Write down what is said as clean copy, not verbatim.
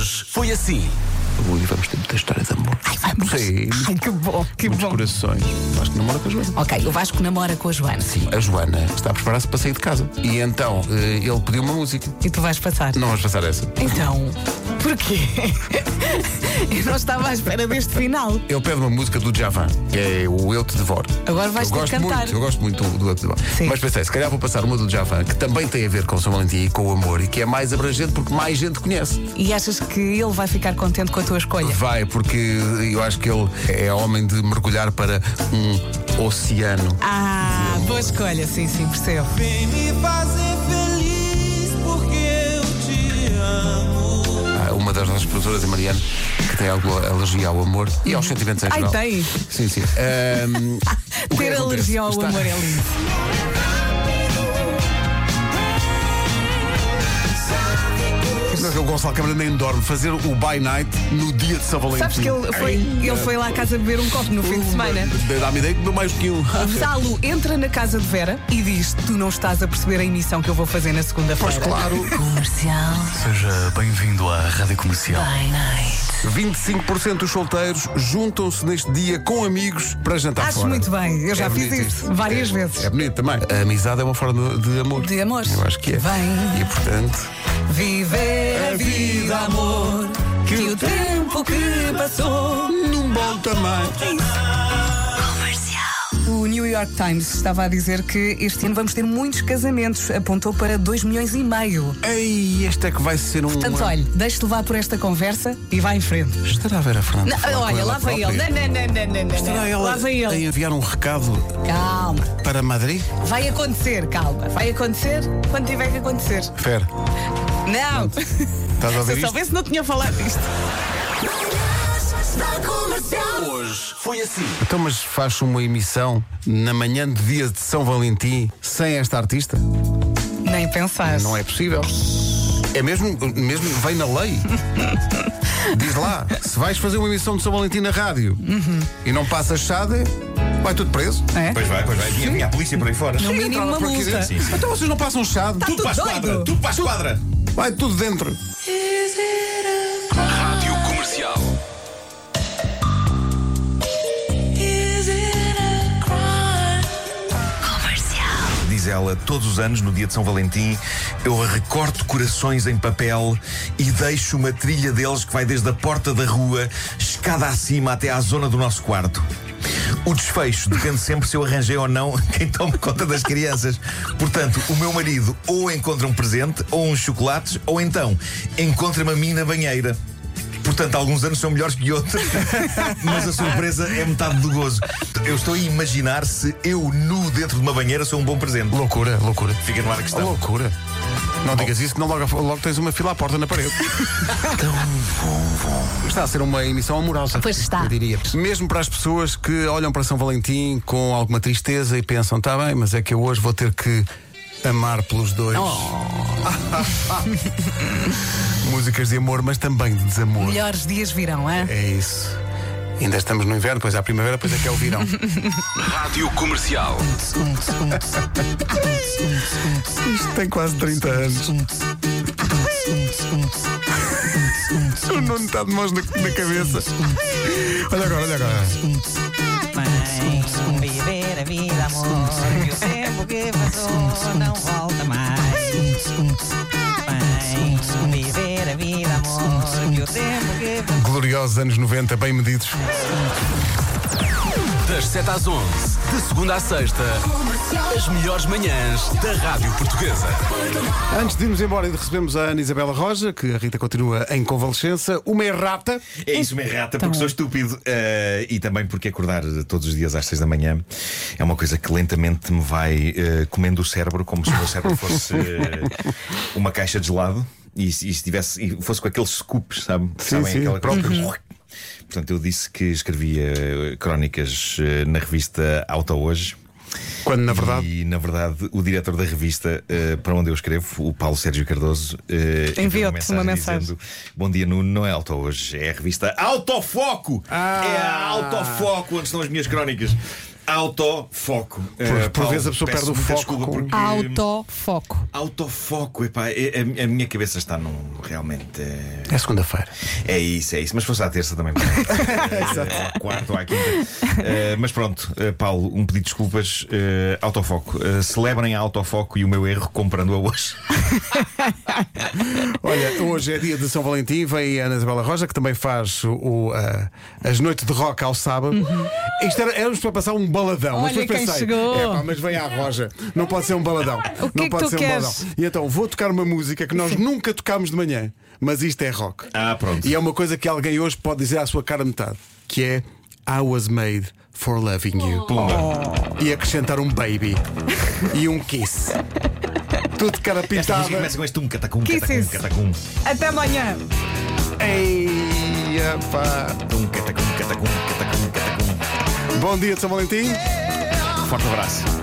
Hoje foi assim. Ui, vamos ter muita história de amor. Ai, vamos. Sim. Ai, que bom, que Muitos bom. corações. Vasco namora com a Joana. Ok, o Vasco namora com a Joana. Sim, a Joana está a preparar-se para sair de casa. E então ele pediu uma música. E tu vais passar. Não vamos passar essa. Então, porquê? Eu não estava à espera deste final. Ele pede uma música do Djavan, que é o Eu Te Devoro. Agora vais Eu ter gosto que cantar. muito, eu gosto muito do Eu Te Devoro. Sim. Mas pensei, se calhar vou passar uma do Djavan, que também tem a ver com São Valentim e com o amor, e que é mais abrangente porque mais gente conhece. E achas que ele vai ficar contente com a tua escolha? Vai, porque eu acho que ele é homem de mergulhar para um oceano. Ah, boa escolha, sim, percebo. Vem me fazer feliz porque eu te amo. Uma das nossas produtoras, a Mariana, que tem alguma alergia ao amor e aos sentimentos em Ai, geral. tem. Sim. O que Ter acontece? alergia ao Está- amor é lindo. Não é que o Gonçalo Câmara nem dorme. Fazer o by night no dia de São Valentim. Sabes que ele foi lá à casa beber um copo no fim de semana. Dá-me ideia que bebeu mais do que um. O Salo entra na casa de Vera e diz: Tu não estás a perceber a emissão que eu vou fazer na segunda-feira. Pois claro. Comercial Seja bem-vindo à Rádio Comercial. by night. 25% dos solteiros juntam-se neste dia com amigos para jantar Acho fora. muito bem, eu já É fiz bonito isso isto. várias vezes. É bonito também. A amizade é uma forma de amor. De amor. Eu acho que é. Vem. E portanto. Viver a vida, amor, que o tempo que passou. Num bom tamanho. O New York Times estava a dizer que este ano vamos ter muitos casamentos. Apontou para 2,5 milhões. Ei, este é que vai ser um. Portanto, olha, deixe-te levar por esta conversa e vai em frente. Estará a Vera Fernandes? Não, olha, lá vem ele. Não. Estará ela Lá vem a ele. enviar um recado Calma. para Madrid? Vai acontecer, calma. Vai acontecer quando tiver que acontecer. Fer, Não. estás a Se ouvir eu isto? soubesse, não tinha falado disto. Hoje foi assim. Então, mas faz uma emissão na manhã de dia de São Valentim sem esta artista? Nem pensar. Não é possível. É mesmo vem na lei. Diz lá, se vais fazer uma emissão de São Valentim na rádio e não passas chade, vai tudo preso. É? Pois vai. Vinha a polícia por aí fora. No mínimo Entrava uma por aqui multa. dentro. Sim. Então vocês não passam chade. Tá Tudo para a tudo esquadra! doido. Tudo para a esquadra! Vai tudo dentro. Rádio Comercial. Diz ela, todos os anos, no dia de São Valentim, eu recorto corações em papel e deixo uma trilha deles que vai desde a porta da rua, escada acima, até à zona do nosso quarto. O desfecho depende sempre se eu arranjei ou não quem tome conta das crianças. Portanto, o meu marido ou encontra um presente, ou uns chocolates, ou então encontra-me a mim na banheira. Portanto, alguns anos são melhores que outros, mas a surpresa é metade do gozo. Eu estou a imaginar se eu, nu dentro de uma banheira, sou um bom presente. Loucura. Fica no ar a questão. Loucura. Não digas isso, que não logo tens uma fila à porta na parede. Está a ser uma emissão amorosa. Pois está. Eu diria. Mesmo para as pessoas que olham para São Valentim com alguma tristeza e pensam, está bem, mas é que eu hoje vou ter que amar pelos dois. Músicas de amor, mas também de desamor. Melhores dias virão, hein? É isso. Ainda estamos no inverno, depois há a primavera, depois é que é o verão. Rádio Comercial. Isto tem quase 30 anos. O Nuno está de mãos na cabeça. Olha agora. Vem viver a vida, amor, que o tempo que passou não volta mais. Vem viver a vida, amor, que o tempo que passou. Gloriosos anos 90, bem medidos. Das 7 às 11, de segunda à sexta, as melhores manhãs da Rádio Portuguesa. Antes de irmos embora, recebemos a Ana Isabela Roja, que a Rita continua em convalescença. Uma errata. É isso, uma errata, porque sou estúpido. E também porque acordar todos os dias às 6 da manhã é uma coisa que lentamente me vai comendo o cérebro, como se o meu cérebro fosse uma caixa de gelado e fosse com aqueles scoops, sabem? Sim, Aquela próprios. Portanto, eu disse que escrevia crónicas na revista Auto Hoje. Quando na verdade. E na verdade, o diretor da revista para onde eu escrevo, o Paulo Sérgio Cardoso, Enviou-te uma mensagem dizendo: bom dia, Nuno, não é Auto Hoje, é a revista Autofoco! É a Autofoco onde estão as minhas crónicas. Autofoco. Por vezes a pessoa peço perde o muita foco desculpa com- porque- Autofoco. Autofoco, epá, a minha cabeça está num. Realmente. É segunda-feira. É isso. Mas se fosse à terça também. Ou à quarta ou à quinta. Mas pronto, Paulo, um pedido de desculpas. Autofoco. Celebrem a autofoco e o meu erro comprando-a hoje. Olha, hoje é dia de São Valentim. Vem a Ana Isabela Roja, que também faz as noites de rock ao sábado. Isto éramos para passar um baladão. Olha mas depois quem pensei, chegou. mas vem à Roja. Não pode ser um baladão. O que não é que pode tu ser um queres? baladão. E então vou tocar uma música que nós nunca tocámos de manhã. Mas isto é rock. Pronto. E é uma coisa que alguém hoje pode dizer à sua cara metade, que é I was made for loving you. E acrescentar um baby e um kiss. Tudo de cara Esta pintada. música começa com este catacum, Kisses. catacum. Até amanhã. Ei, pá. Catacum. Bom dia de São Valentim. Forte abraço.